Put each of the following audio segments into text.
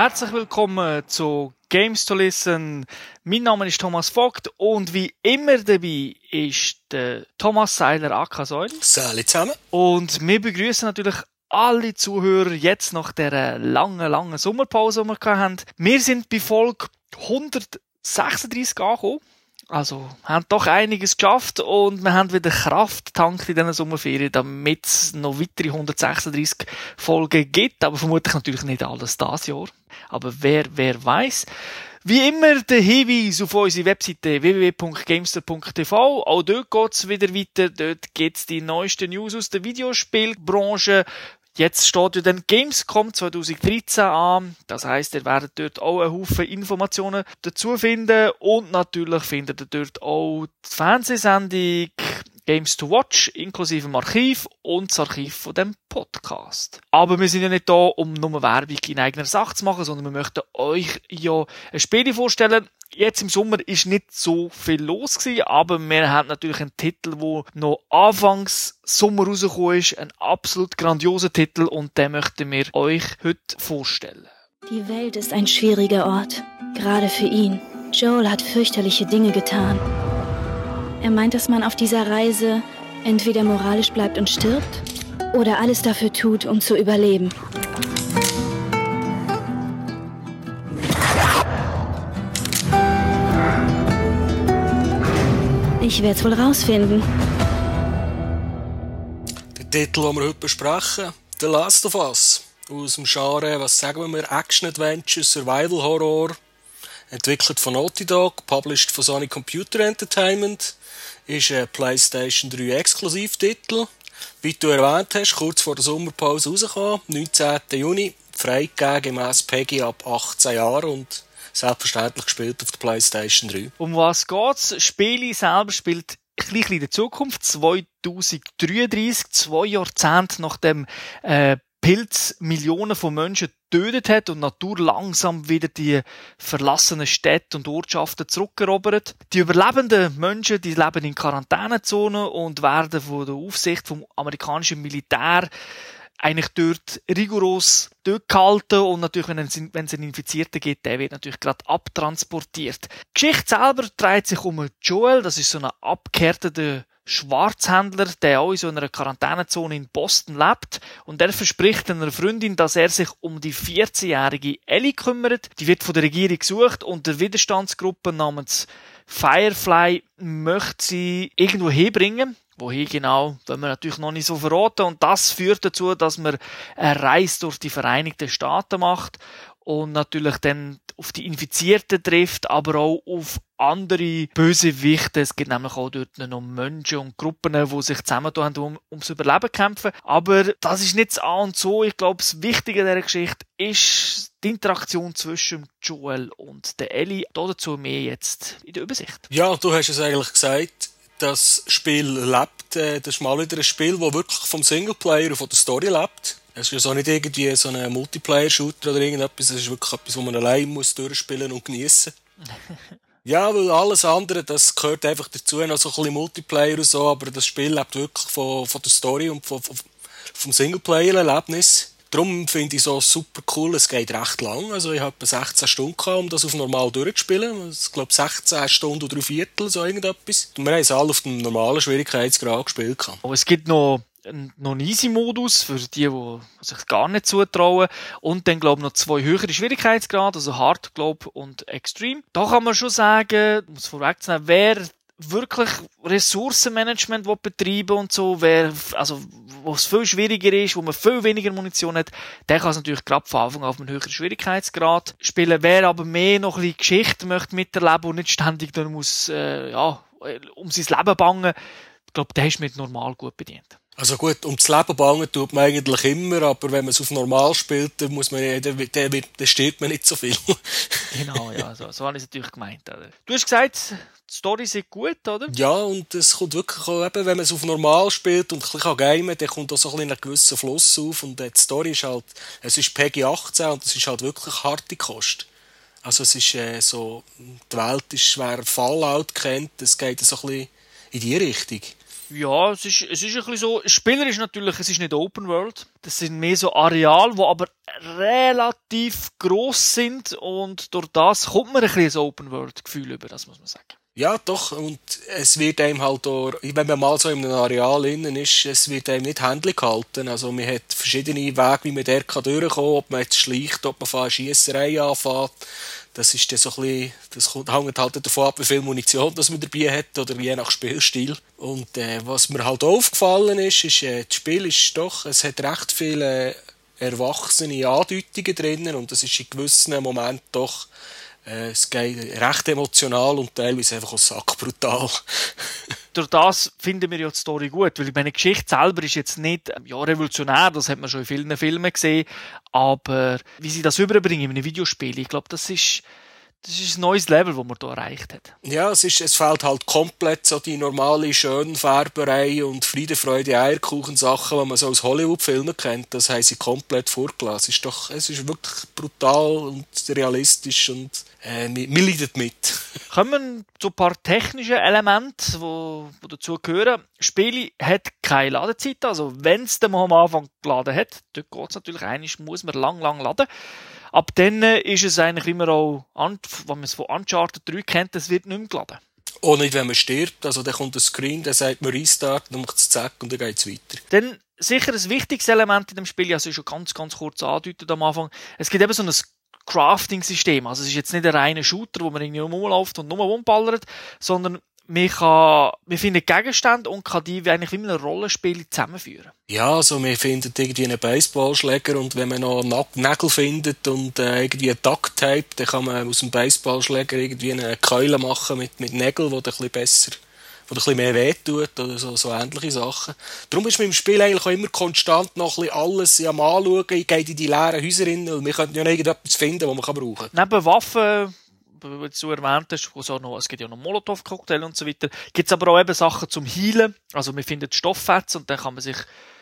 Herzlich willkommen zu Games to Listen. Mein Name ist Thomas Vogt und wie immer dabei ist der Thomas Seiler aka Säule. Salut zusammen. Und wir begrüßen natürlich alle Zuhörer jetzt nach dieser langen Sommerpause, die wir hatten. Wir sind bei Folge 136 angekommen. Also, haben doch einiges geschafft und wir haben wieder Kraft getankt in diesen Sommerferien, damit es noch weitere 136 Folgen gibt, aber vermutlich natürlich nicht alles dieses Jahr. Aber wer weiß. Wie immer der Hinweis auf unsere Webseite www.gamester.tv. Auch dort geht's wieder weiter. Dort gibt's die neuesten News aus der Videospielbranche. Jetzt steht ja dann Gamescom 2013 an. Das heisst, ihr werdet dort auch einen Haufen Informationen dazu finden. Und natürlich findet ihr dort auch die Fernsehsendung Games to Watch, inklusive dem Archiv und das Archiv von dem Podcast. Aber wir sind ja nicht da, um nur Werbung in eigener Sache zu machen, sondern wir möchten euch ja ein Spiel vorstellen. Jetzt im Sommer ist nicht so viel los gewesen, aber wir haben natürlich einen Titel, der noch anfangs Sommer rausgekommen ist. Ein absolut grandioser Titel und den möchten wir euch heute vorstellen. Die Welt ist ein schwieriger Ort, gerade für ihn. Joel hat fürchterliche Dinge getan. Er meint, dass man auf dieser Reise entweder moralisch bleibt und stirbt oder alles dafür tut, um zu überleben. Ich werde es wohl rausfinden. Der Titel, den wir heute besprechen, The Last of Us. Aus dem Genre, was sagen wir, Action-Adventure, Survival-Horror. Entwickelt von Naughty Dog, published von Sony Computer Entertainment. Ist ein PlayStation 3 Exklusivtitel. Wie du erwähnt hast, kurz vor der Sommerpause rausgekommen, 19. Juni. Freigegeben gemäss PEGI ab 18 Jahren und selbstverständlich gespielt auf der PlayStation 3. Um was geht's? Das Spiel selber spielt ein bisschen in der Zukunft, 2033, 2 Jahrzehnte nachdem Pilz Millionen von Menschen getötet hat und die Natur langsam wieder die verlassenen Städte und Ortschaften zurückerobert. Die überlebenden Menschen, die leben in Quarantänezonen und werden von der Aufsicht vom amerikanischen Militär eigentlich dort rigoros gehalten und natürlich, wenn es einen Infizierten gibt, der wird natürlich gerade abtransportiert. Die Geschichte selber dreht sich um Joel, das ist so ein abgehärteter Schwarzhändler, der auch in so einer Quarantänezone in Boston lebt und der verspricht einer Freundin, dass er sich um die 14-jährige Ellie kümmert. Die wird von der Regierung gesucht und der Widerstandsgruppe namens Firefly möchte sie irgendwo hinbringen. Wohin genau, wollen wir natürlich noch nicht so verraten. Und das führt dazu, dass man eine Reise durch die Vereinigten Staaten macht und natürlich dann auf die Infizierten trifft, aber auch auf andere Bösewichte. Es gibt nämlich auch dort noch Menschen und Gruppen, die sich zusammentun haben, ums Überleben kämpfen. Aber das ist nicht das A und so. Ich glaube, das Wichtige an dieser Geschichte ist die Interaktion zwischen Joel und der Ellie. Dazu mehr jetzt in der Übersicht. Ja, du hast es eigentlich gesagt. Das Spiel lebt. Das ist mal wieder ein Spiel, das wirklich vom Singleplayer und von der Story lebt. Es ist ja so nicht irgendwie so ein Multiplayer-Shooter oder irgendetwas. Es ist wirklich etwas, was man allein muss durchspielen und geniessen. Ja, weil alles andere, das gehört einfach dazu, noch so ein bisschen Multiplayer und so, aber das Spiel lebt wirklich von der Story und vom Singleplayer-Erlebnis. Darum finde ich es so super cool, es geht recht lang, also ich habe etwa 16 Stunden gehabt, um das auf normal durchzuspielen. Ich glaube 16 Stunden oder 3/4, so irgendetwas. Und wir haben es alle auf dem normalen Schwierigkeitsgrad gespielt. Aber es gibt noch einen Easy-Modus für die sich gar nicht zutrauen. Und dann, glaube ich, noch 2 höhere Schwierigkeitsgrade, also Hard, glaube und Extreme. Da kann man schon sagen, um es vorwegzunehmen, wer wirklich Ressourcenmanagement betreiben und so, wo es viel schwieriger ist, wo man viel weniger Munition hat, der kann es natürlich gerade von Anfang an auf einen höheren Schwierigkeitsgrad spielen. Wer aber mehr noch ein bisschen Geschichte möchte miterleben und nicht ständig dann muss, um sein Leben bangen, ich glaube, der ist mit normal gut bedient. Also gut, um das Leben bangen tut man eigentlich immer, aber wenn man es auf normal spielt, dann muss man, dann stirbt man nicht so viel. Genau, ja, so habe ich es natürlich gemeint. Oder? Du hast gesagt, die Story ist gut, oder? Ja, und es kommt wirklich auch eben, wenn man es auf normal spielt und ein bisschen gamen, dann kommt auch so ein gewisser Fluss auf und die Story ist halt, es ist PEGI 18 und es ist halt wirklich harte Kost. Also es ist so, die Welt ist, wer Fallout kennt, es geht so ein bisschen in die Richtung. Ja, es ist ein bisschen so, spielerisch natürlich, es ist nicht Open World. Das sind mehr so Areale, die aber relativ gross sind und durch das kommt man ein bisschen ein Open World Gefühl über, das muss man sagen. Ja, doch, und es wird einem halt auch, wenn man mal so in einem Areal innen ist, es wird einem nicht Händchen gehalten. Also man hat verschiedene Wege, wie man dort durchkommen kann, ob man jetzt schleicht, ob man von einer Schiesserei anfängt. Das ist dann so ein bisschen, das hängt halt davon ab, wie viel Munition das man dabei hat, oder je nach Spielstil. Und was mir halt aufgefallen ist, das Spiel ist doch, es hat recht viele erwachsene Andeutungen drinnen, und das ist in gewissen Momenten doch es geht recht emotional und teilweise einfach auch sackbrutal. Durch das finden wir ja die Story gut, weil meine Geschichte selber ist jetzt nicht revolutionär, das hat man schon in vielen Filmen gesehen, aber wie sie das überbringen in einem Videospiel, ich glaube, das ist ein neues Level, das man hier erreicht hat. Ja, es fehlt halt komplett so die normale Schönfärberei und Friede, Freude, Eierkuchen-Sachen, die man so aus Hollywood-Filmen kennt. Das haben sie komplett vorgelassen. Es ist wirklich brutal und realistisch und wir leiden mit. Kommen zu ein paar technischen Elemente, die dazu gehören. Das Spiel hat keine Ladezeit, also wenn es dann mal am Anfang geladen hat, dort geht es natürlich, einmal muss man lang laden. Ab dann ist es eigentlich immer auch, wenn man es von Uncharted 3 kennt, es wird nicht mehr geladen. Auch nicht, wenn man stirbt. Also dann kommt ein Screen, dann sagt man Restart, dann macht es zack und dann geht es weiter. Dann sicher ein wichtiges Element in dem Spiel, also schon ganz kurz angedeutet am Anfang, es gibt eben so ein Crafting-System. Also es ist jetzt nicht ein reiner Shooter, wo man irgendwie rumläuft und nur rumballert, sondern man findet Gegenstände und kann die eigentlich wie in einem Rollenspiel zusammenführen. Ja, also man findet irgendwie einen Baseballschläger und wenn man noch Nägel findet und irgendwie ein Ducktape, dann kann man aus dem Baseballschläger irgendwie eine Keule machen mit Nägeln, die ein bisschen besser, die ein bisschen mehr wehtut oder so ähnliche Sachen. Darum ist man im Spiel eigentlich auch immer konstant noch ein bisschen alles am Anschauen, ich gehe in die leeren Häuser rein, weil wir könnten ja noch irgendetwas finden, was man brauchen kann. Neben Waffen, wie du erwähnt hast, es gibt ja noch Molotow-Cocktail und so weiter, gibt es aber auch eben Sachen zum Heilen. Also man findet Stofffetzen und dann kann man sich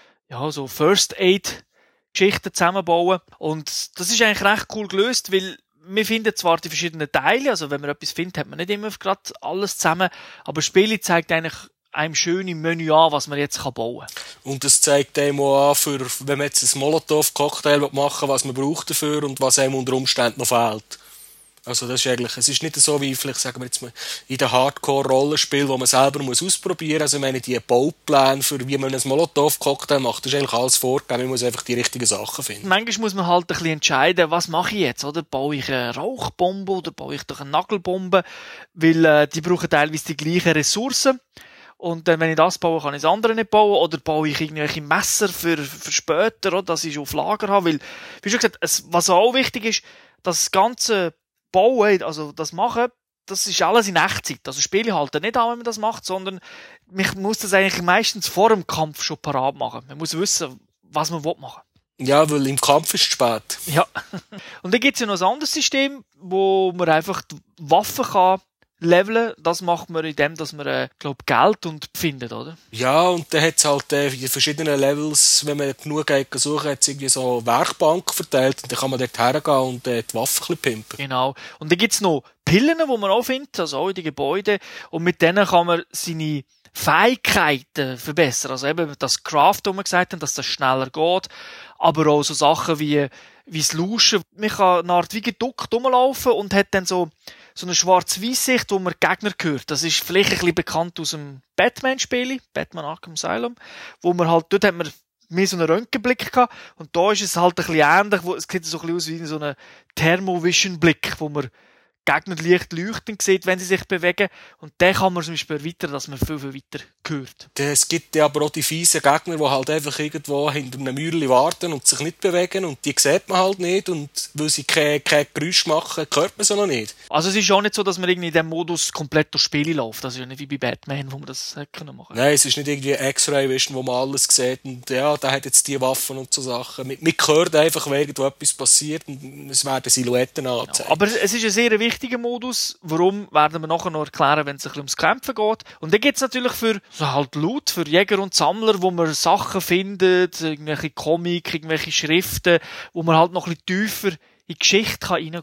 so First-Aid-Geschichten zusammenbauen. Und das ist eigentlich recht cool gelöst, weil wir finden zwar die verschiedenen Teile, also wenn man etwas findet, hat man nicht immer gerade alles zusammen, aber das Spiel zeigt eigentlich einem schön im Menü an, was man jetzt bauen kann. Und das zeigt einem auch an, wenn man jetzt ein Molotow-Cocktail machen will, was man braucht dafür und was einem unter Umständen noch fehlt. Also das ist eigentlich, es ist nicht so wie vielleicht, sagen wir jetzt mal, in den Hardcore-Rollenspielen, wo man selber ausprobieren muss. Also ich meine, die Baupläne für wie man ein Molotow-Cocktail macht, das ist eigentlich alles vorgegeben. Man muss einfach die richtigen Sachen finden. Manchmal muss man halt ein bisschen entscheiden, was mache ich jetzt, oder? Baue ich eine Rauchbombe oder baue ich doch eine Nagelbombe? Weil die brauchen teilweise die gleichen Ressourcen. Und dann, wenn ich das baue, kann ich das andere nicht bauen. Oder baue ich irgendwelche Messer für später, oder? Dass ich auf Lager habe. Weil, wie schon gesagt, was auch wichtig ist, das ganze Bauen, also das Machen, das ist alles in Echtzeit. Also Spiele halten nicht an, wenn man das macht, sondern man muss das eigentlich meistens vor dem Kampf schon parat machen. Man muss wissen, was man machen will. Ja, weil im Kampf ist es spät. Ja. Und dann gibt es ja noch ein anderes System, wo man einfach die Waffen kann leveln. Das macht man indem, dass man, Geld findet, oder? Ja, und dann hat es halt in verschiedenen Levels, wenn man genug geht suchen, hat es irgendwie so Werkbank verteilt und dann kann man dort hergehen und die Waffen ein bisschen pimpen. Genau. Und dann gibt es noch Pillen, die man auch findet, also auch in den Gebäuden, und mit denen kann man seine Fähigkeiten verbessern. Also eben das Craft, wo wir gesagt haben, dass das schneller geht, aber auch so Sachen wie das Lauschen. Man kann eine Art wie geduckt rumlaufen und hat dann so eine schwarz-weiß-Sicht, wo man Gegner hört. Das ist vielleicht ein bisschen bekannt aus dem Batman-Spiel, Batman Arkham Asylum, wo man halt, dort hat man mehr so einen Röntgenblick gehabt, und da ist es halt ein bisschen ähnlich, es sieht so ein bisschen aus wie so einen Thermovision-Blick, wo man Gegner leicht leuchten sieht, wenn sie sich bewegen. Und den kann man zum Beispiel erweitern, dass man viel weiter hört. Es gibt ja aber auch die fiesen Gegner, die halt einfach irgendwo hinter einem Mäuerchen warten und sich nicht bewegen. Und die sieht man halt nicht. Und weil sie kein Geräusch machen, hört man sie noch nicht. Also es ist auch nicht so, dass man irgendwie in diesem Modus komplett durchs Spiel läuft. Das ist ja nicht wie bei Batman, wo man das hätte machen können. Nein, es ist nicht irgendwie X-Ray Vision, wo man alles sieht. Und ja, der hat jetzt die Waffen und so Sachen. Man hört einfach, wenn irgendwo etwas passiert. Und es werden Silhouetten angezeigt. Ja, aber es ist ein sehr wichtiger Modus. Warum, werden wir nachher noch erklären, wenn es ein bisschen ums Kämpfen geht. Und dann gibt es natürlich für so halt Loot, für Jäger und Sammler, wo man Sachen findet, irgendwelche Comic, irgendwelche Schriften, wo man halt noch ein bisschen tiefer in die Geschichte reingehen kann.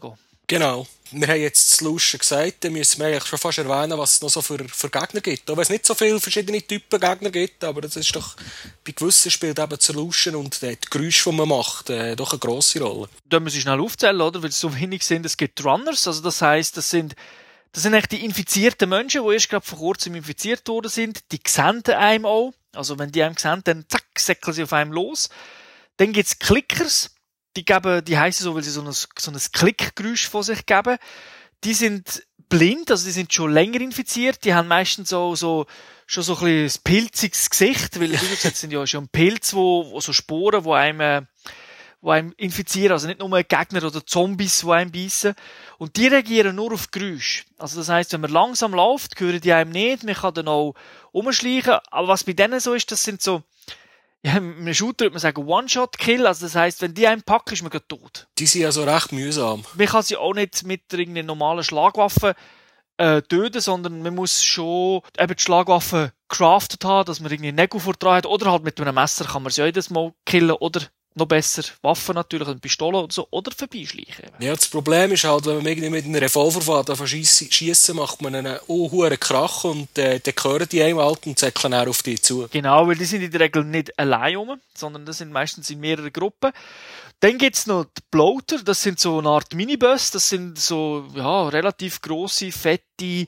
Genau. Wir haben jetzt das Luschen gesagt, dann müssen wir eigentlich schon fast erwähnen, was es noch so für Gegner gibt. Auch wenn es nicht so viele verschiedene Typen Gegner gibt, aber das ist doch, bei gewissen spielt eben das Luschen und die Geräusche, die man macht, doch eine grosse Rolle. Da müssen wir schnell aufzählen, oder? Weil es so wenig sind. Es gibt Runners, also das heisst, das sind eigentlich die infizierten Menschen, die erst gerade vor kurzem infiziert worden sind. Die sehen einem auch. Also wenn die einem sehen, dann zack, säckeln sie auf einem los. Dann gibt's Clickers. Die heissen so, weil sie so ein Klickgeräusch von sich geben. Die sind blind, also die sind schon länger infiziert. Die haben meistens schon so ein bisschen pilziges Gesicht, weil, wie gesagt, sind ja schon Pilze, wo so Sporen, wo einem infizieren, also nicht nur Gegner oder Zombies, die einem beißen. Und die reagieren nur auf Geräusche. Also das heisst, wenn man langsam läuft, hören die einem nicht, man kann dann auch umschleichen. Aber was bei denen so ist, das sind so, ja, mit einem Shooter würde man sagen One-Shot-Kill, also das heisst, wenn die einen packen, ist man gerade tot. Die sind ja so recht mühsam. Man kann sie auch nicht mit irgendeiner normalen Schlagwaffe töten, sondern man muss schon eben die Schlagwaffe crafted haben, dass man irgendwie Nägel dran hat, oder halt mit einem Messer kann man sie auch jedes Mal killen, oder noch besser Waffen natürlich, eine Pistole oder so, oder vorbeischleichen. Ja, das Problem ist halt, wenn man irgendwie mit einem Revolver fährt, davon schiessen, macht man einen hohen Krach und dann hören die einem halt und säckeln dann auf die zu. Genau, weil die sind in der Regel nicht allein rum, sondern das sind meistens in mehreren Gruppen. Dann gibt's noch die Bloater, das sind so eine Art Minibus, das sind so, ja, relativ grosse, fette,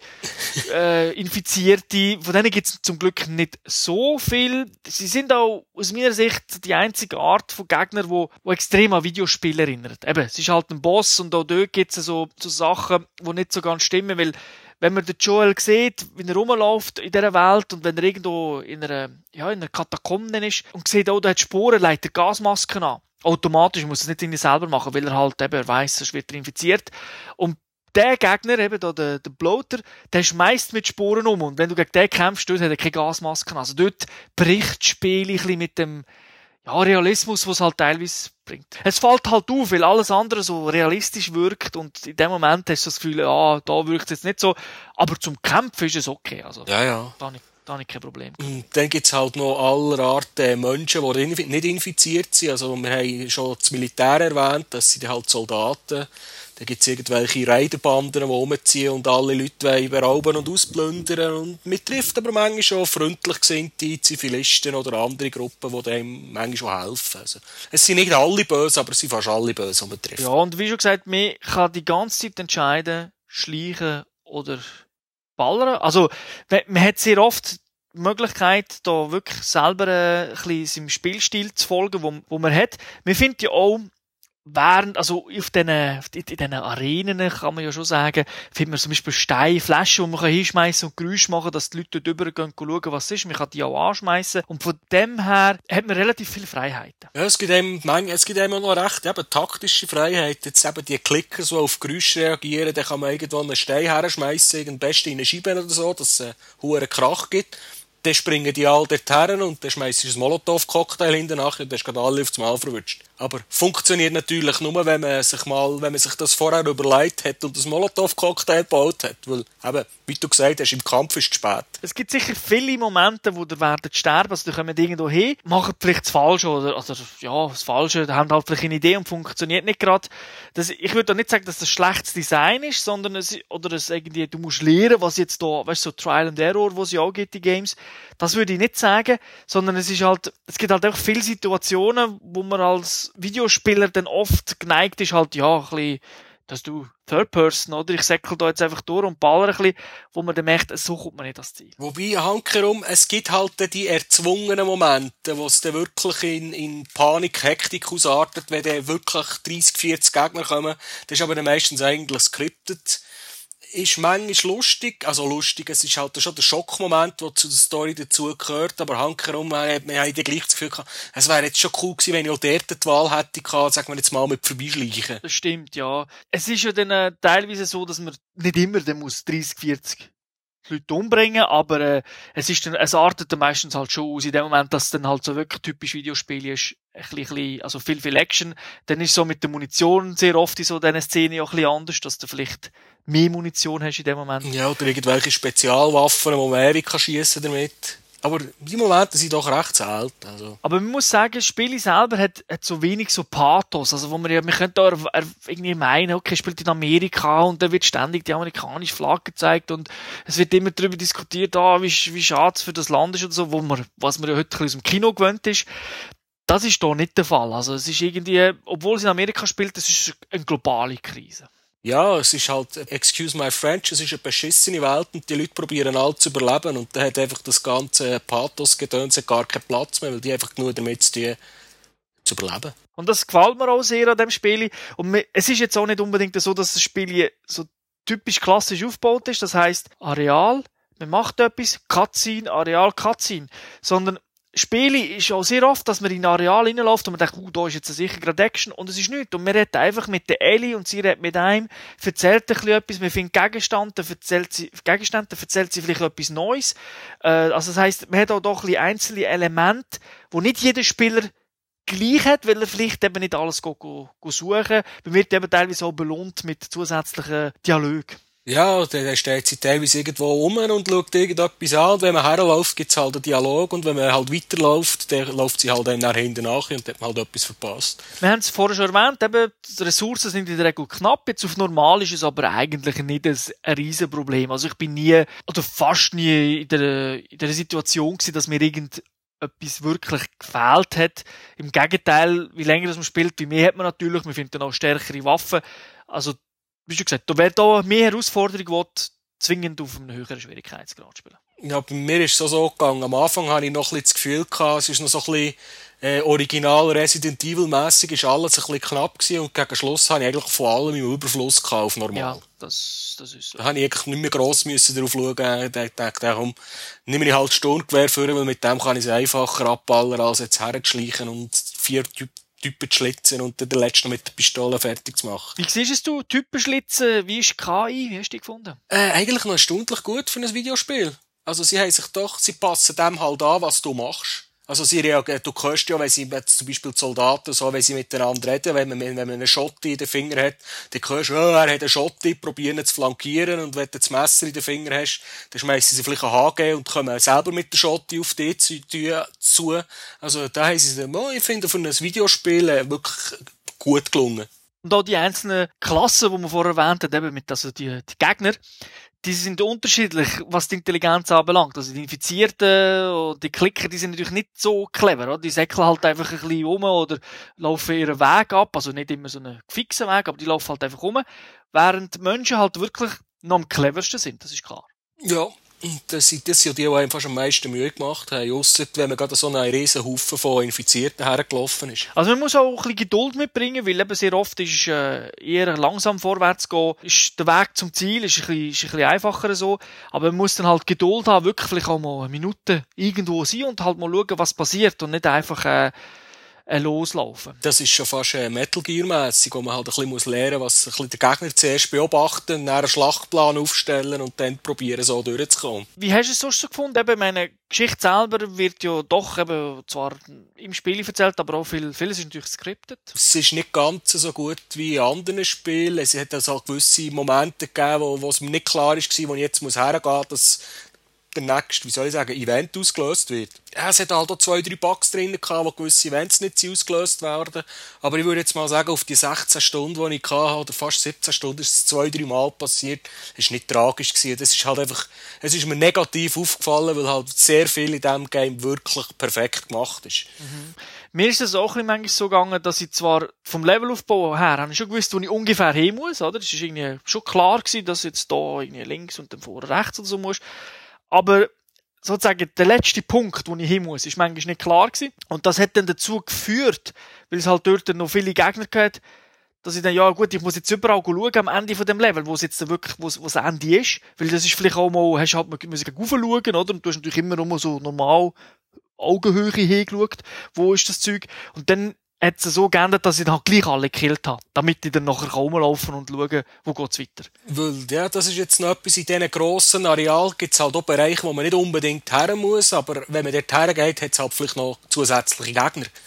Infizierte. Von denen gibt's zum Glück nicht so viel. Sie sind auch aus meiner Sicht die einzige Art von Gegner, wo extrem an Videospiele erinnert. Eben, es ist halt ein Boss und auch dort gibt's so Sachen, die nicht so ganz stimmen, weil wenn man den Joel sieht, wie er rumläuft in dieser Welt und wenn er irgendwo in einer Katakombe ist und sieht, oh, da hat Sporen, legt er Gasmasken an. Automatisch muss er es nicht irgendwie selber machen, weil er halt eben weiss, sonst wird er infiziert. Und der Gegner, eben da, der Bloater, der schmeißt mit Sporen um. Und wenn du gegen den kämpfst, dort hat er keine Gasmasken. Also dort bricht das Spiel ein bisschen mit dem, ja, Realismus, was es halt teilweise bringt. Es fällt halt auf, weil alles andere so realistisch wirkt und in dem Moment hast du das Gefühl, ja, da wirkt es jetzt nicht so. Aber zum Kämpfen ist es okay. Also, ja. Da habe ich kein Problem. Und dann gibt's halt noch aller Art Menschen, die nicht infiziert sind. Also wir haben schon das Militär erwähnt, das sind halt Soldaten. Dann gibt's irgendwelche Raiderbanden, die rumziehen und alle Leute berauben und ausplündern. Und man trifft aber manchmal schon freundlich gesinnte Zivilisten oder andere Gruppen, die einem manchmal schon helfen. Also, es sind nicht alle böse, aber es sind fast alle böse, die man trifft. Ja, und wie schon gesagt, man kann die ganze Zeit entscheiden, schleichen oder ballern. Also, man hat sehr oft die Möglichkeit, da wirklich selber ein bisschen seinem Spielstil zu folgen, wo man hat. Man findet ja auch, also in diesen Arenen kann man ja schon sagen, findet man zum Beispiel Steinflaschen, die man hinschmeißen und Geräusche machen, dass die Leute dort rüber gehen schauen, was es ist. Man kann die auch anschmeißen. Und von dem her hat man relativ viele Freiheiten. Ja, es gibt einem auch noch recht, eben taktische Freiheit. Jetzt eben die Klicker, die auf Geräusche reagieren, dann kann man irgendwo einen Stein herschmeißen, am besten in eine Scheibe oder so, dass es einen hohen Krach gibt. Dann springen die alle dort her und dann schmeißt du ein Molotow-Cocktail hinten nachher und dann hast du gerade alle aufs Mal verwünscht. Aber funktioniert natürlich nur, wenn man sich das vorher überlegt hat und ein Molotow-Cocktail gebaut hat. Weil, eben, wie du gesagt hast, im Kampf ist es spät. Es gibt sicher viele Momente, wo ihr werdet sterben, also ihr kommt irgendwo hin, macht vielleicht das Falsche das Falsche, da habt halt vielleicht eine Idee und funktioniert nicht gerade. Ich würde da nicht sagen, dass das schlechtes Design ist, sondern du musst lernen, was jetzt da, weißt du, so Trial and Error, wo es ja auch gibt, die Games. Das würde ich nicht sagen, sondern es gibt halt auch viele Situationen, wo man als Videospieler dann oft geneigt ist, halt, ja, ein bisschen, dass du Third Person, oder? Ich säckel da jetzt einfach durch und baller ein bisschen, wo man dann merkt, so kommt man nicht ans Ziel. Wobei, hankerum, es gibt halt die erzwungenen Momente, wo es dann wirklich in Panik, Hektik ausartet, wenn dann wirklich 30, 40 Gegner kommen. Das ist aber dann meistens eigentlich scripted. Ist manchmal lustig, es ist halt schon der Schockmoment, der zu der Story dazugehört, aber hankerum, wir haben dann gleich das Gefühl gehabt, es wäre jetzt schon cool gewesen, wenn ich auch dort die Wahl hätte gehabt, sagen wir jetzt mal mit vorbeischleichen. Das stimmt, ja. Es ist ja dann teilweise so, dass man nicht immer dann muss 30, 40 Leute umbringen, aber es artet dann meistens halt schon aus, in dem Moment, dass es dann halt so wirklich typisch Videospiele ist, also viel Action. Dann ist so mit der Munition sehr oft in so diesen Szenen auch ein bisschen anders, dass du vielleicht mehr Munition hast in dem Moment. Ja, oder irgendwelche Spezialwaffen, wo man ewig schiessen damit. Aber die Momente sind doch recht selten. Also. Aber man muss sagen, das Spiel selber hat so wenig so Pathos. Also, wo wir können da irgendwie meinen, okay, spielt in Amerika und da wird ständig die amerikanische Flagge gezeigt und es wird immer darüber diskutiert, wie schade es für das Land ist oder so, was man ja heute aus dem Kino gewöhnt ist. Das ist da nicht der Fall. Also, es ist irgendwie, obwohl es in Amerika spielt, es ist eine globale Krise. Ja, es ist halt, excuse my French, es ist eine beschissene Welt und die Leute probieren alle zu überleben und dann hat einfach das ganze Pathos-Gedöns gar keinen Platz mehr, weil die einfach nur damit zu überleben. Und das gefällt mir auch sehr an dem Spiel. Und es ist jetzt auch nicht unbedingt so, dass das Spiel so typisch klassisch aufgebaut ist. Das heisst, Areal, man macht etwas, Cutscene, Areal, Cutscene. Sondern Spiele ist auch sehr oft, dass man in ein Areal reinläuft und man denkt, da ist jetzt sicher gerade Action und es ist nichts. Und man redet einfach mit der Ellie und sie redet mit einem, erzählt ein bisschen etwas, man findet Gegenstände, erzählt sie vielleicht etwas Neues. Also das heisst, man hat auch doch ein bisschen einzelne Elemente, wo nicht jeder Spieler gleich hat, weil er vielleicht eben nicht alles suchen. Man wird eben teilweise auch belohnt mit zusätzlichen Dialogen. Ja, dann steht sie teilweise irgendwo rum und schaut irgendetwas an. Und wenn man herläuft, gibt es halt einen Dialog. Und wenn man halt weiterläuft, dann läuft sie halt dann nach hinten nach und hat man halt etwas verpasst. Wir haben es vorher schon erwähnt, eben, die Ressourcen sind in der Regel knapp. Jetzt auf normal ist es aber eigentlich nicht ein Riesenproblem. Also ich bin nie, oder fast nie in der Situation gewesen, dass mir etwas wirklich gefehlt hat. Im Gegenteil, wie länger man spielt, wie mehr hat man natürlich. Man findet dann auch stärkere Waffen. Also, wie schon gesagt, da wäre da mehr Herausforderung, die zwingend auf einem höheren Schwierigkeitsgrad spielen. Ja, bei mir ist es so gegangen. Am Anfang hatte ich noch ein bisschen das Gefühl gehabt, es ist noch so ein bisschen original Resident Evil-mässig, ist alles ein bisschen knapp gewesen und gegen Schluss hatte ich eigentlich von allem im Überfluss gehabt auf normal. Ja, das ist so. Da habe ich eigentlich nicht mehr gross darauf schauen. Ich dachte, komm, nehme ich halt Sturmgewehr vor, weil mit dem kann ich es einfacher abballern, als jetzt herzuschleichen und 4 Typen zu schlitzen und dann den letzten mit der Pistole fertig zu machen. Wie siehst du Typen schlitzen? Wie ist die KI? Wie hast du die gefunden? Eigentlich noch erstaunlich gut für ein Videospiel. Also sie passen dem halt an, was du machst. Also sie reagieren, du hörst ja, wenn sie jetzt zum Beispiel die Soldaten so, wenn sie miteinander reden, wenn man einen Schotti in den Finger hat, dann hörst du, er hat einen Schotti, probieren ihn zu flankieren und wenn du das Messer in den Finger hast, dann schmeißen sie vielleicht einen HG und kommen selber mit der Schotti auf dich zu. Also da haben sie ich finde, für ein Videospiel wirklich gut gelungen. Und auch die einzelnen Klassen, die man vorher erwähnt hat, eben also die Gegner, die sind unterschiedlich, was die Intelligenz anbelangt. Also die Infizierten und die Klicker, die sind natürlich nicht so clever, oder? Die säckeln halt einfach ein bisschen rum oder laufen ihren Weg ab. Also nicht immer so einen fixen Weg, aber die laufen halt einfach rum. Während die Menschen halt wirklich noch am cleversten sind, das ist klar. Ja. Das sind die einem fast am meisten Mühe gemacht haben, ausser wenn man gerade so einen riesen Haufen von Infizierten hergelaufen ist. Also man muss auch ein bisschen Geduld mitbringen, weil eben sehr oft ist eher langsam vorwärts gehen, ist der Weg zum Ziel ist ein bisschen einfacher so, aber man muss dann halt Geduld haben, wirklich vielleicht auch mal eine Minute irgendwo sein und halt mal schauen, was passiert und nicht einfach loslaufen. Das ist schon fast Metal Gear-mässig, wo man halt ein bisschen lernen muss, was ein bisschen der Gegner zuerst beobachten, dann einen Schlachtplan aufstellen und dann probieren, so durchzukommen. Wie hast du es sonst so gefunden? Eben, meine Geschichte selber wird ja doch eben zwar im Spiel erzählt, aber auch vieles ist natürlich skriptet. Es ist nicht ganz so gut wie in anderen Spielen. Es hat also gewisse Momente gegeben, wo es mir nicht klar war, wo ich jetzt hergehen muss, dass der nächste, Event ausgelöst wird. Ja, es hat halt auch 2-3 Bugs drin gehabt, wo gewisse Events nicht ausgelöst werden. Aber ich würde jetzt mal sagen, auf die 16 Stunden, die ich hatte, oder fast 17 Stunden, ist es 2-3 Mal passiert. Es war nicht tragisch gewesen. Das ist halt einfach, es ist mir negativ aufgefallen, weil halt sehr viel in diesem Game wirklich perfekt gemacht ist. Mhm. Mir ist es auch manchmal so gegangen, dass ich zwar vom Levelaufbau her, habe ich schon gewusst, wo ich ungefähr hin muss, oder? Es ist irgendwie schon klar gewesen, dass jetzt da irgendwie links und dann vorne rechts oder so muss. Aber sozusagen der letzte Punkt, wo ich hin muss, ist manchmal nicht klar gewesen. Und das hat dann dazu geführt, weil es halt dort noch viele Gegner gab, dass ich dann, ja gut, ich muss jetzt überall schauen am Ende von dem Level, wo es jetzt wirklich, wo das Ende ist. Weil das ist vielleicht auch mal, hast halt müssen raufschauen, oder? Und du hast natürlich immer nur so normal Augenhöhe hingeschaut, wo ist das Zeug. Und dann hat es so geändert, dass ich dann halt gleich alle gekillt habe, damit ich dann nachher rumlaufen und schauen, wo geht's weiter. Weil, ja, das ist jetzt noch etwas, in diesen grossen Arealen gibt es halt auch Bereiche, wo man nicht unbedingt her muss, aber wenn man dort hergeht, hat es halt vielleicht noch zusätzliche Gegner.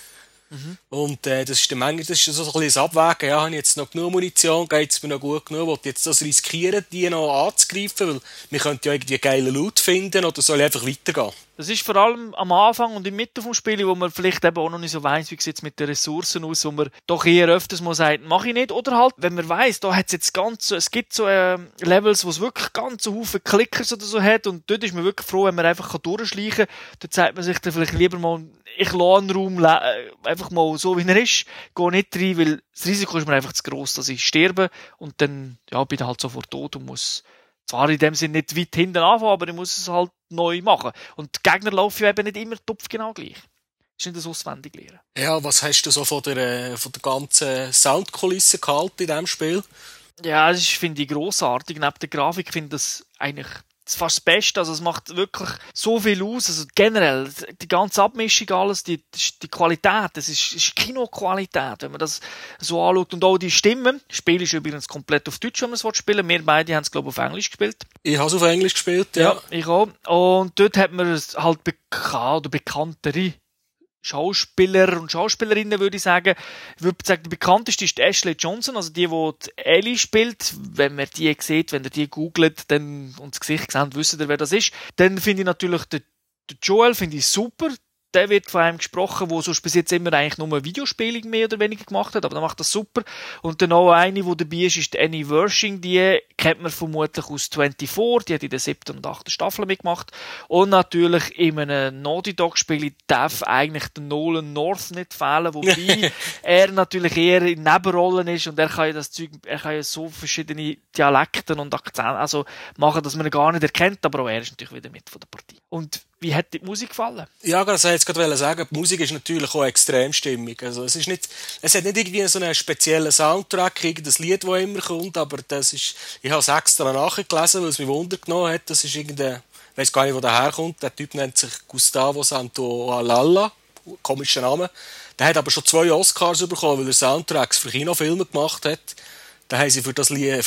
Und das ist dann manchmal das ist so ein bisschen das Abwägen. Ja, habe ich jetzt noch genug Munition, geht es mir noch gut genug, will ich jetzt das riskieren, die noch anzugreifen, weil wir könnten ja irgendwie geile Loot finden, oder soll ich einfach weitergehen? Das ist vor allem am Anfang und in Mitte vom Spiel, wo man vielleicht eben auch noch nicht so weiss, wie sieht es mit den Ressourcen aus, wo man doch eher öfters mal sagt, mache ich nicht. Oder halt, wenn man weiss, da hat es gibt so Levels, wo es wirklich ganz so Haufen Klickers oder so hat und dort ist man wirklich froh, wenn man einfach durchschleichen kann. Dort sagt man sich dann vielleicht lieber mal, ich lasse einen Raum einfach mal so, wie er ist, gehe nicht rein, weil das Risiko ist mir einfach zu gross, dass ich sterbe und dann bin ich halt sofort tot und muss zwar in dem Sinne nicht weit hinten anfangen, aber ich muss es halt neu machen. Und die Gegner laufen ja eben nicht immer topfgenau gleich. Das ist nicht das Auswendiglernen. Ja, was hast du so von der ganzen Soundkulisse gehalten in diesem Spiel? Ja, das finde ich grossartig. Neben der Grafik finde ich das eigentlich fast das Beste. Also es macht wirklich so viel aus. Also generell, die ganze Abmischung, alles, die Qualität, das ist Kinoqualität, wenn man das so anschaut. Und auch die Stimmen. Das Spiel ist übrigens komplett auf Deutsch, wenn man es spielen will. Wir beide haben es, glaube ich, auf Englisch gespielt. Ich habe es auf Englisch gespielt, ja. Ja, ich auch. Und dort hat man halt bekanntere Schauspieler und Schauspielerinnen, würde ich sagen. Ich würde sagen, die bekannteste ist Ashley Johnson, also die Ellie spielt. Wenn man die sieht, wenn ihr die googelt und das Gesicht seht, wisst ihr, wer das ist. Dann finde ich natürlich den Joel finde ich super. Der wird von einem gesprochen, der sonst bis jetzt immer eigentlich nur Videospiele mehr oder weniger gemacht hat, aber der macht das super. Und dann auch eine, die dabei ist Annie Wershing, die kennt man vermutlich aus 24, die hat in der 7. und 8. Staffel mitgemacht. Und natürlich in einem Naughty Dog Spiel darf eigentlich der Nolan North nicht fehlen, wobei er natürlich eher in Nebenrollen ist und er kann ja so verschiedene Dialekte und Akzente also machen, dass man ihn gar nicht erkennt, aber auch er ist natürlich wieder mit von der Partie. Und wie hat dir die Musik gefallen? Ja, das wollte ich jetzt gerade sagen. Die Musik ist natürlich auch extrem stimmig. Also es hat nicht irgendwie so einen speziellen Soundtrack, irgendein Lied, das immer kommt, aber ich habe es extra nachgelesen, weil es mich Wunder genommen hat. Das ist ich weiß gar nicht, wo der herkommt. Der Typ nennt sich Gustavo Santaolalla. Komischer Name. Der hat aber schon 2 Oscars bekommen, weil er Soundtracks für Kinofilme gemacht hat. Da haben sie für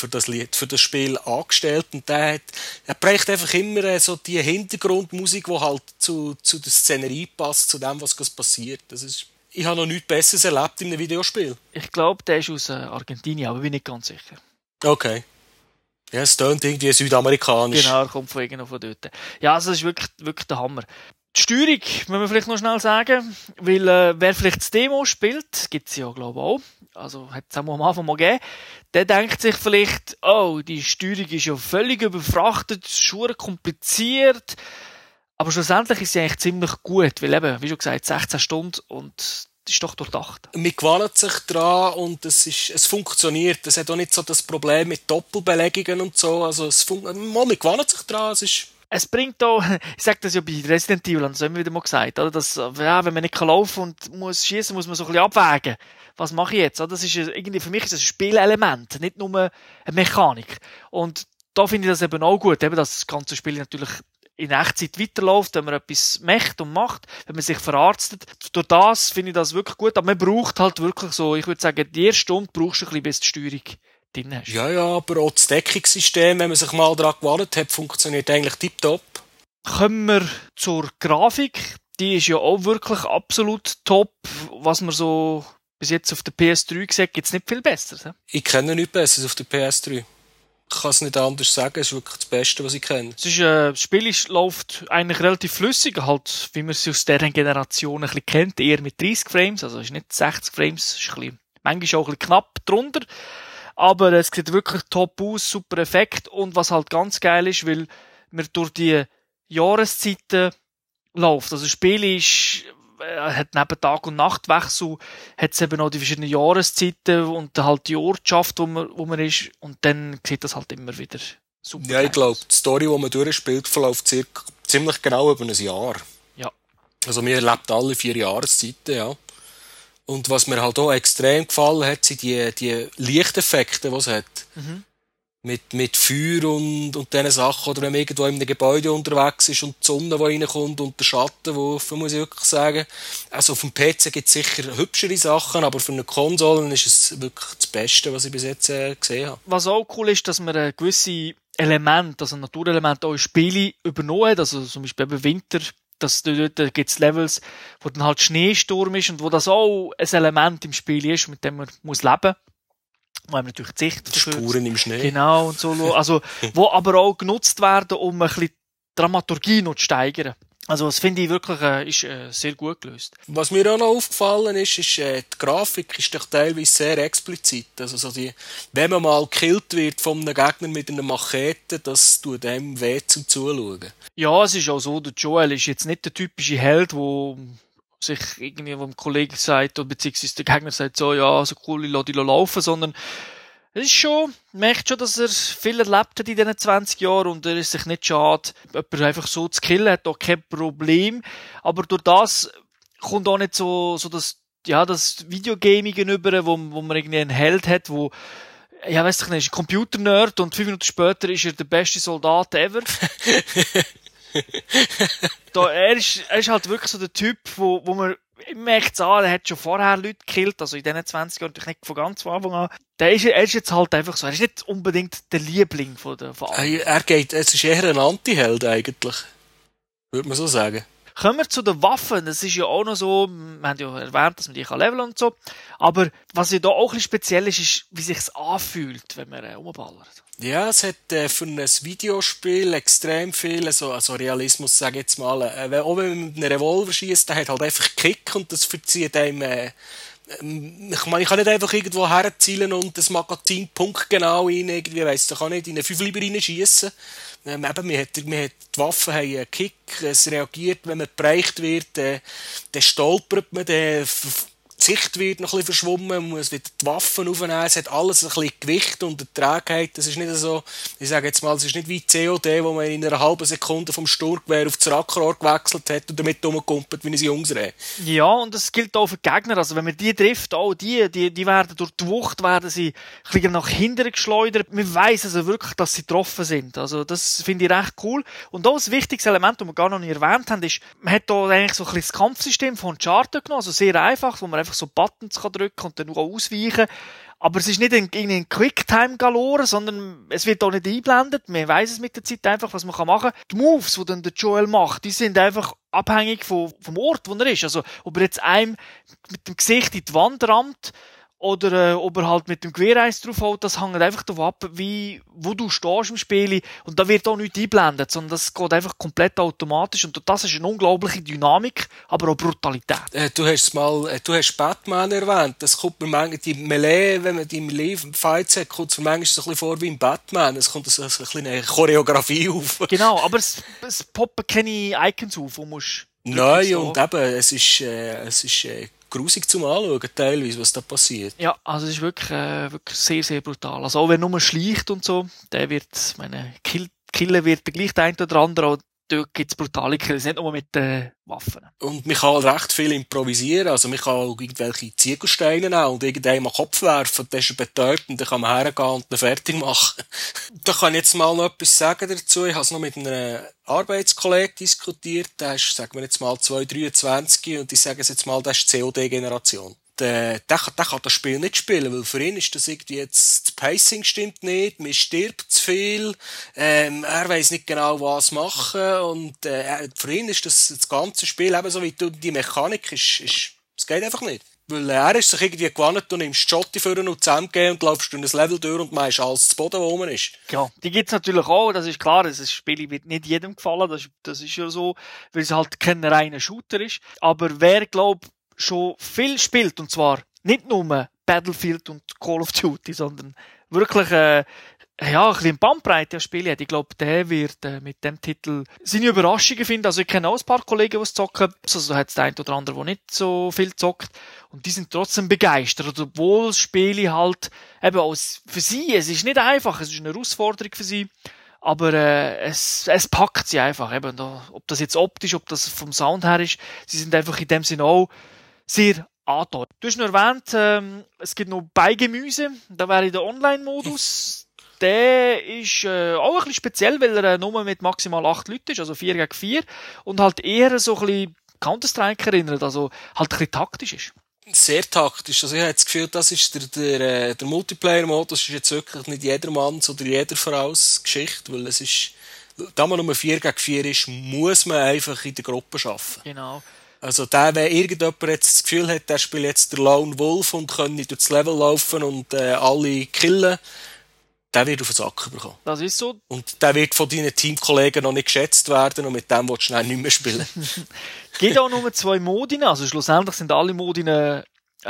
das Spiel angestellt und er bräuchte einfach immer so die Hintergrundmusik, die halt zu der Szenerie passt, zu dem, was passiert. Ich habe noch nichts Besseres erlebt in einem Videospiel. Ich glaube, der ist aus Argentinien, aber bin nicht ganz sicher. Okay. Ja, es tönt irgendwie südamerikanisch. Genau, er kommt von dort. Ja, also das ist wirklich der Hammer. Die Steuerung, müssen wir vielleicht noch schnell sagen, weil wer vielleicht das Demo spielt, gibt es ja glaube ich auch, also hat es auch am Anfang mal gegeben, der denkt sich vielleicht, oh, die Steuerung ist ja völlig überfrachtet, schwer kompliziert, aber schlussendlich ist sie eigentlich ziemlich gut, weil eben, wie schon gesagt, 16 Stunden und das ist doch durchdacht. Man gewöhnt sich dran und es funktioniert. Es hat auch nicht so das Problem mit Doppelbelegungen und so, also man gewöhnt sich dran, es bringt auch, ich sage das ja bei Resident Evil, das haben wir wieder mal gesagt, oder? Dass, ja, wenn man nicht laufen und muss schießen, muss man so ein bisschen abwägen. Was mache ich jetzt? Oder? Das ist irgendwie, für mich ist das ein Spielelement, nicht nur eine Mechanik. Und da finde ich das eben auch gut, eben, dass das ganze Spiel natürlich in Echtzeit weiterläuft, wenn man etwas möchte und macht, wenn man sich verarztet. Durch das finde ich das wirklich gut, aber man braucht halt wirklich so, ich würde sagen, die erste Stunde brauchst du ein bisschen, bis die Steuerung drin hast. Ja, aber auch das Deckungssystem, wenn man sich mal daran gewartet hat, funktioniert eigentlich tipptopp. Kommen wir zur Grafik. Die ist ja auch wirklich absolut top. Was man so bis jetzt auf der PS3 gesagt, gibt es nicht viel Besseres. He? Ich kenne nichts Besseres auf der PS3. Ich kann es nicht anders sagen, es ist wirklich das Beste, was ich kenne. Das Spiel läuft eigentlich relativ flüssig, halt, wie man es aus dieser Generation ein bisschen kennt, eher mit 30 Frames, also ist nicht 60 Frames, ist manchmal auch ein bisschen knapp drunter. Aber es sieht wirklich top aus, super Effekt. Und was halt ganz geil ist, weil man durch die Jahreszeiten läuft. Also das Spiel hat neben Tag- und Nachtwechsel, hat es eben auch die verschiedenen Jahreszeiten und halt die Ortschaft, wo man ist. Und dann sieht das halt immer wieder super. Ja, ich glaube, die Story, die man durchspielt, verläuft ziemlich genau über ein Jahr. Ja. Also wir erleben alle 4 Jahreszeiten, ja. Und was mir halt auch extrem gefallen hat, sind die Lichteffekte, die es hat. Mhm. Mit Feuer und diesen Sachen. Oder wenn man irgendwo in einem Gebäude unterwegs ist und die Sonne, die reinkommt und der Schattenwurf, muss ich wirklich sagen. Also auf dem PC gibt es sicher hübschere Sachen, aber für eine Konsole ist es wirklich das Beste, was ich bis jetzt gesehen habe. Was auch cool ist, dass man gewisse Elemente, also Naturelemente auch in Spiele übernommen hat. Also zum Beispiel eben Winter dort gibt's Levels, wo dann halt Schneesturm ist und wo das auch ein Element im Spiel ist, mit dem man muss leben. Wo einem natürlich die Sicht Spuren im Schnee. Genau, und so. Also, wo aber auch genutzt werden, um ein bisschen Dramaturgie noch zu steigern. Also, das finde ich wirklich, ist sehr gut gelöst. Was mir auch noch aufgefallen ist, die Grafik ist doch teilweise sehr explizit. Also, wenn man mal gekillt wird von einem Gegner mit einer Machete, das tut einem weh zum Zuschauen. Ja, es ist auch so, der Joel ist jetzt nicht der typische Held, wo sich irgendwie, wo ein Kollege sagt, oder beziehungsweise der Gegner sagt so, ja, so cool, ich lasse dich laufen, sondern es ist schon, man merkt schon, dass er viel erlebt hat in diesen 20 Jahren und er ist sich nicht schade, jemanden einfach so zu killen, hat auch kein Problem. Aber durch das kommt auch nicht so das Videogaming über, wo man irgendwie einen Held hat, wo, ja, weiss ich nicht, ist ein Computer-Nerd und 5 Minuten später ist er der beste Soldat ever. Er ist halt wirklich so der Typ, wo man merkt, er hat schon vorher Leute gekillt, also in diesen 20 Jahren, nicht von ganz Anfang an. Er ist jetzt halt einfach so, er ist nicht unbedingt der Liebling von allen. Es ist eher ein Anti-Held eigentlich. Würde man so sagen. Kommen wir zu den Waffen. Das ist ja auch noch so, wir haben ja erwähnt, dass man die leveln kann und so. Aber was ja da auch ein bisschen speziell ist, wie sich es anfühlt, wenn man rumballert. Ja, es hat für ein Videospiel extrem viel also Realismus, sage ich jetzt mal. Auch wenn man mit einem Revolver schießt, der hat halt einfach Kick und das verzieht einem. Ich meine, ich kann nicht einfach irgendwo herzielen und das Magazin punktgenau rein, irgendwie, weiss ich, kann nicht in einen 5 lieber reinschiessen. Die Waffen haben einen Kick, es reagiert, wenn man bereicht wird, dann stolpert man, die Sicht wird noch ein bisschen verschwommen, man muss wieder die Waffen aufnehmen, es hat alles ein bisschen Gewicht und eine Trägheit, das ist nicht so, ich sage jetzt mal, es ist nicht wie COD, wo man in einer halben Sekunde vom Sturmgewehr auf das Rackrohr gewechselt hat und damit rumgekumpelt wie ein Jungsreh. Ja, und das gilt auch für die Gegner, also wenn man die trifft, auch die werden durch die Wucht, werden sie ein bisschen nach hinten geschleudert, man weiss also wirklich, dass sie getroffen sind, also das finde ich recht cool. Und auch ein wichtiges Element, das wir gar noch nicht erwähnt haben, ist, man hat da eigentlich so ein bisschen das Kampfsystem von Uncharted genommen, also sehr einfach, wo man einfach so Buttons kann drücken und dann nur ausweichen. Aber es ist nicht ein Quicktime galore, sondern es wird auch nicht eingeblendet. Man weiss es mit der Zeit einfach, was man machen kann. Die Moves, die dann der Joel macht, die sind einfach abhängig vom Ort, wo er ist. Also, ob er jetzt einem mit dem Gesicht in die Wand rammt, oder ob er halt mit dem Gewehr eins drauf haut, das hängt einfach davon ab, wo du stehst im Spiel. Und da wird auch nichts eingeblendet, sondern das geht einfach komplett automatisch. Und das ist eine unglaubliche Dynamik, aber auch Brutalität. Du hast Batman erwähnt. Das kommt mir manchmal, die Melee, wenn man die Melee-Fights hat, kommt es mir manchmal so ein bisschen vor wie im Batman. Es kommt so ein bisschen eine Choreografie auf. Genau, aber es poppen keine Icons auf, wo musst. Nein, und eben, es ist grusig zum Anschauen, teilweise, was da passiert. Ja, also es ist wirklich sehr, sehr brutal. Also auch wenn nur schleicht und so, killen wird der gleich der eine oder andere, auch dort gibt es brutale Kills, nicht nur mit Waffen. Und man kann recht viel improvisieren, also man kann auch irgendwelche Ziegelsteine nehmen und irgendeinem an den Kopf werfen, dann ist er betäubt und dann kann man hergehen und ihn fertig machen. Da kann ich jetzt mal noch etwas sagen dazu. Ich habe es noch mit einem Arbeitskollegen diskutiert, der ist, sagen wir jetzt mal, 223 und ich sage es jetzt mal, das ist die COD-Generation. Der kann das Spiel nicht spielen, weil für ihn ist das irgendwie jetzt, das Pacing stimmt nicht, man stirbt zu viel, er weiss nicht genau, was machen und für ihn ist das ganze Spiel, ebenso wie die Mechanik, es geht einfach nicht. Weil er ist sich irgendwie gewohnt, du nimmst die Schotte vor und zusammengehen und laufst durch ein Level durch und meinst alles zu Boden, wo oben ist. Ja, die gibt's natürlich auch, das ist klar, das Spiel wird nicht jedem gefallen, das ist ja so, weil es halt kein reiner Shooter ist. Aber wer, glaubt, schon viel spielt, und zwar nicht nur Battlefield und Call of Duty, sondern wirklich ein bisschen Bandbreite an Spielen hat. Ich glaube, der wird mit dem Titel seine Überraschungen finden. Also ich kenne auch ein paar Kollegen, die es zocken. Also hat es der eine oder andere, der nicht so viel zockt. Und die sind trotzdem begeistert. Obwohl das Spiel halt eben auch für sie, es ist nicht einfach, es ist eine Herausforderung für sie. Aber es packt sie einfach. Eben, ob das jetzt optisch, ob das vom Sound her ist, sie sind einfach in dem Sinne auch sehr angetan. Du hast noch erwähnt, es gibt noch Beigemüse, da wäre der Online-Modus. Der ist auch ein bisschen speziell, weil er nur mit maximal 8 Leuten ist, also 4 gegen 4. Und halt eher so ein bisschen Counter-Strike erinnert, also halt ein bisschen taktisch ist. Sehr taktisch. Also ich habe das Gefühl, das ist der Multiplayer-Modus ist jetzt wirklich nicht jedermanns oder jeder Frau's Geschichte, weil es ist da man nur 4 gegen 4 ist, muss man einfach in der Gruppe arbeiten. Genau. Also wenn irgendjemand jetzt das Gefühl hat, der spielt jetzt der Lone Wolf und kann nicht durchs Level laufen und alle killen, der wird auf den Sack bekommen. Das ist so. Und der wird von deinen Teamkollegen noch nicht geschätzt werden und mit dem willst du schnell nicht mehr spielen. Es gibt auch nur 2 Modine, also schlussendlich sind alle Modine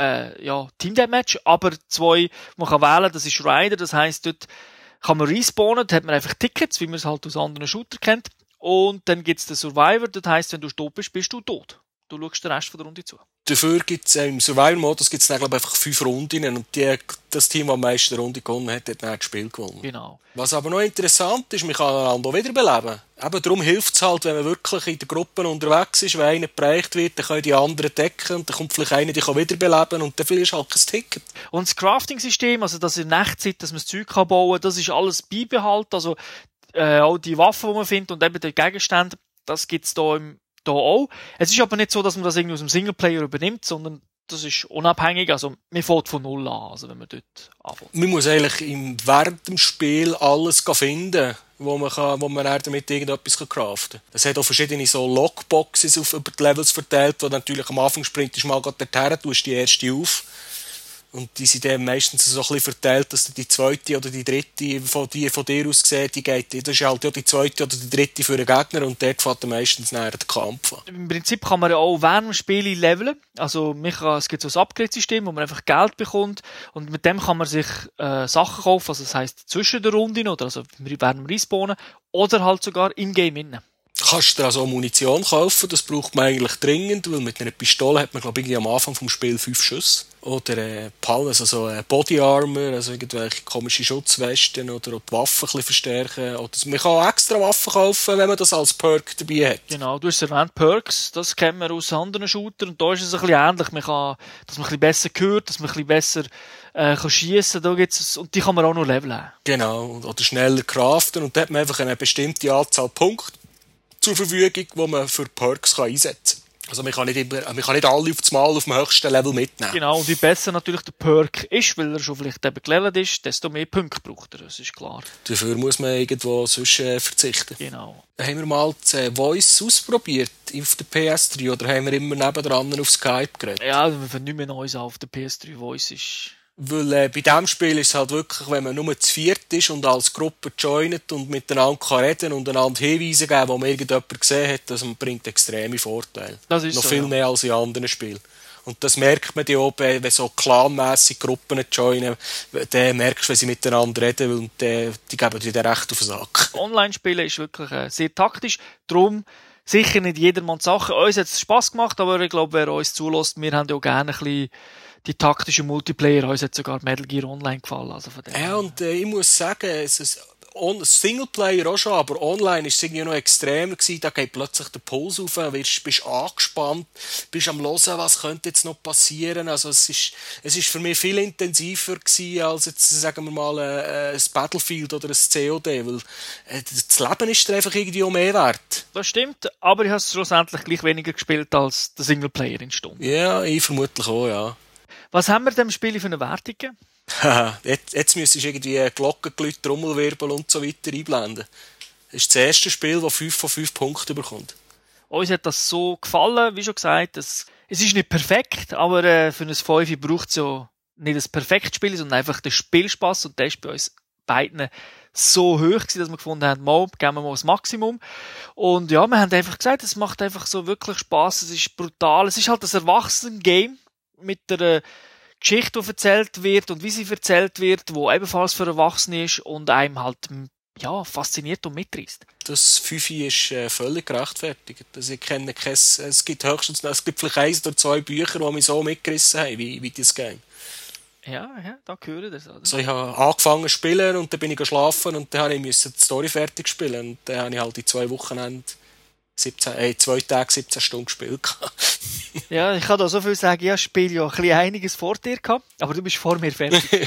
Team Deathmatch, aber 2, man kann wählen, das ist Rider, das heisst, dort kann man respawnen, da hat man einfach Tickets, wie man es halt aus anderen Shootern kennt. Und dann gibt's den Survivor, das heisst, wenn du tot bist, bist du tot. Du schaust den Rest von der Runde zu. Dafür gibt's im Survivor-Modus gibt's dann, glaube ich, einfach 5 Runden und das Team, das am meisten Runde gewonnen hat, hat dann das Spiel gewonnen. Genau. Was aber noch interessant ist, man kann einander auch wiederbeleben. Eben darum hilft's halt, wenn man wirklich in der Gruppe unterwegs ist, wenn einer bereicht wird, dann können die anderen decken und dann kommt vielleicht einer, der wiederbeleben und dann ist halt kein Ticket. Und das Crafting-System, also dass in der Nachtzeit, dass man das Zeug bauen kann, das ist alles beibehalten. Also auch die Waffen, die man findet und eben die Gegenstände, das gibt's da auch. Es ist aber nicht so, dass man das irgendwie aus dem Singleplayer übernimmt, sondern das ist unabhängig. Also man fängt von null an, also wenn man dort anfängt. Man muss eigentlich während dem Spiel alles finden, wo man dann damit irgendetwas craften kann. Es hat auch verschiedene so Lockboxes über die Levels verteilt, wo natürlich am Anfang sprintest du mal dorthin, tust die erste auf. Und die sind dann meistens so ein bisschen verteilt, dass die zweite oder die dritte von dir aus gesehen, die geht, das ist halt ja die zweite oder die dritte für den Gegner und dort fährt dann meistens näher der Kampf an. Im Prinzip kann man ja auch während dem Spiel leveln. Also es gibt so ein Upgrade-System, wo man einfach Geld bekommt und mit dem kann man sich Sachen kaufen, also das heisst zwischen der Runde oder also während dem Respawnen oder halt sogar in-game innen. Kannst du dir also Munition kaufen, das braucht man eigentlich dringend, weil mit einer Pistole hat man, glaube ich, am Anfang vom Spiel 5 Schüsse. Oder also so Body Armor, also irgendwelche komische Schutzwesten oder auch die Waffen ein bisschen verstärken. Oder man kann auch extra Waffen kaufen, wenn man das als Perk dabei hat. Genau, du hast erwähnt, Perks, das kennen wir aus anderen Shootern und da ist es ein bisschen ähnlich. Dass man ein bisschen besser hört, dass man ein bisschen besser kann schiessen, da gibt's und die kann man auch noch leveln. Genau, oder schneller craften und da hat man einfach eine bestimmte Anzahl Punkte zur Verfügung, die man für Perks einsetzen kann. Also man kann nicht alle auf das Mal auf dem höchsten Level mitnehmen. Genau, und je besser natürlich der Perk ist, weil er schon vielleicht eben gelevelt ist, desto mehr Punkte braucht er, das ist klar. Dafür muss man irgendwo sonst verzichten. Genau. Haben wir mal das Voice ausprobiert auf der PS3 oder haben wir immer nebendran auf Skype geredet? Ja, wir fangen nicht mehr Neues an auf der PS3 Voice ist. Weil bei diesem Spiel ist es halt wirklich, wenn man nur zu viert ist und als Gruppe joint und miteinander kann reden und einander Hinweise geben, wo man irgendjemand gesehen hat, das bringt extreme Vorteile. Das ist noch so, viel mehr als in anderen Spielen. Und das merkt man ja auch, wenn so clanmässig Gruppen joinen, dann merkst du, wenn sie miteinander reden, und die geben dir recht auf den Sack. Online-Spielen ist wirklich sehr taktisch, darum sicher nicht jedermanns Sache. Uns hat es Spass gemacht, aber ich glaube, wer uns zulässt, wir haben ja auch gerne ein bisschen die taktischen Multiplayer, uns hat sogar Metal Gear Online gefallen. Also von dem ja, und ich muss sagen, Singleplayer auch schon, aber online war es irgendwie noch extremer gewesen. Da geht plötzlich der Puls auf, bist angespannt, bist am Hören, was könnte jetzt noch passieren. Also es ist für mich viel intensiver gewesen als jetzt, sagen wir mal, ein Battlefield oder ein COD, weil das Leben ist dir einfach irgendwie auch mehr wert. Das stimmt, aber ich habe es schlussendlich gleich weniger gespielt als der Singleplayer in Stunden. Ja, ich vermutlich auch, ja. Was haben wir dem Spiel für eine Wertung gegeben? Jetzt müsstest du irgendwie Glockengeläute, Trommelwirbel und so weiter einblenden. Das ist das erste Spiel, das 5 von 5 Punkten bekommt. Uns hat das so gefallen, wie schon gesagt. Es ist nicht perfekt, aber für ein 5 braucht es ja nicht ein perfektes Spiel, sondern einfach den Spielspass. Und der ist bei uns beiden so hoch gewesen, dass wir gefunden haben, geben wir mal das Maximum. Und ja, wir haben einfach gesagt, es macht einfach so wirklich Spass. Es ist brutal. Es ist halt ein Erwachsenen-Game mit der Geschichte, die erzählt wird und wie sie erzählt wird, die ebenfalls für Erwachsene ist und einem halt fasziniert und mitreißt. Das 5 ist völlig gerechtfertigt. Also ich kenne es gibt vielleicht 1 oder 2 Bücher, die mich so mitgerissen haben, wie das Game. Ja, da höre ich das. Also ich habe angefangen zu spielen und dann bin ich geschlafen und dann musste ich die Story fertig spielen und dann habe ich halt in 2 Wochenenden 2 Tage 17 Stunden gespielt. Ja, ich kann da so viel sagen, ich spiele ja ein bisschen einiges vor dir gehabt, aber du bist vor mir fertig.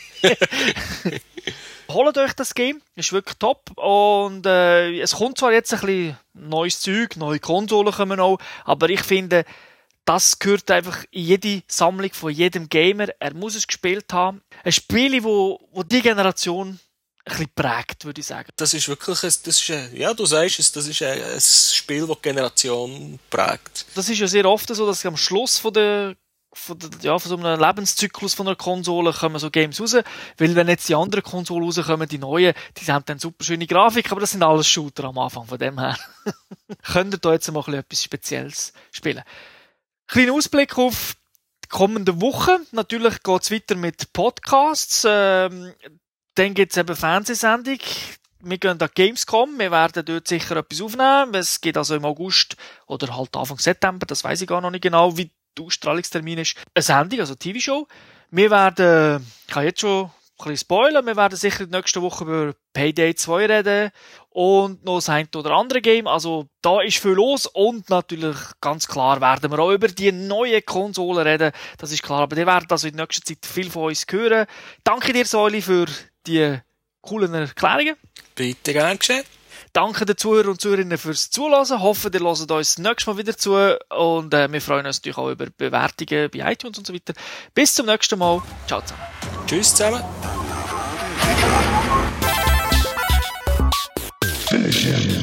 Holt euch das Game, ist wirklich top und es kommt zwar jetzt ein bisschen neues Zeug, neue Konsolen kommen auch, aber ich finde, das gehört einfach in jede Sammlung von jedem Gamer. Er muss es gespielt haben. Ein Spiel, wo die Generation bisschen prägt, würde ich sagen. Das ist wirklich, ja, du sagst es, das ist ein Spiel, das die Generation prägt. Das ist ja sehr oft so, dass am Schluss von so einem Lebenszyklus von einer Konsole kommen so Games raus, weil wenn jetzt die anderen Konsolen rauskommen, die neuen, die haben dann super schöne Grafik, aber das sind alles Shooter am Anfang, von dem her. Könnt ihr da jetzt mal etwas Spezielles spielen. Kleiner Ausblick auf die kommende Woche. Natürlich geht's weiter mit Podcasts, dann gibt's eben Fernsehsendung. Wir gehen an Gamescom, wir werden dort sicher etwas aufnehmen. Es geht also im August oder halt Anfang September, das weiss ich gar noch nicht genau, wie der Ausstrahlungstermin ist. Eine Sendung, also eine TV-Show. Wir werden, ich kann jetzt schon ein bisschen spoilern, wir werden sicher nächste Woche über Payday 2 reden und noch das ein oder andere Game. Also da ist viel los und natürlich ganz klar werden wir auch über die neue Konsole reden. Das ist klar, aber ihr werdet also in nächster Zeit viel von uns hören. Danke dir, Säuli, für die coolen Erklärungen. Bitte gern geschehen. Danke den Zuhörern und Zuhörerinnen fürs Zuhören. Hoffen, ihr hört uns nächstes Mal wieder zu. Und wir freuen uns natürlich auch über Bewertungen bei iTunes und so weiter. Bis zum nächsten Mal. Ciao zusammen. Tschüss zusammen. Finish him.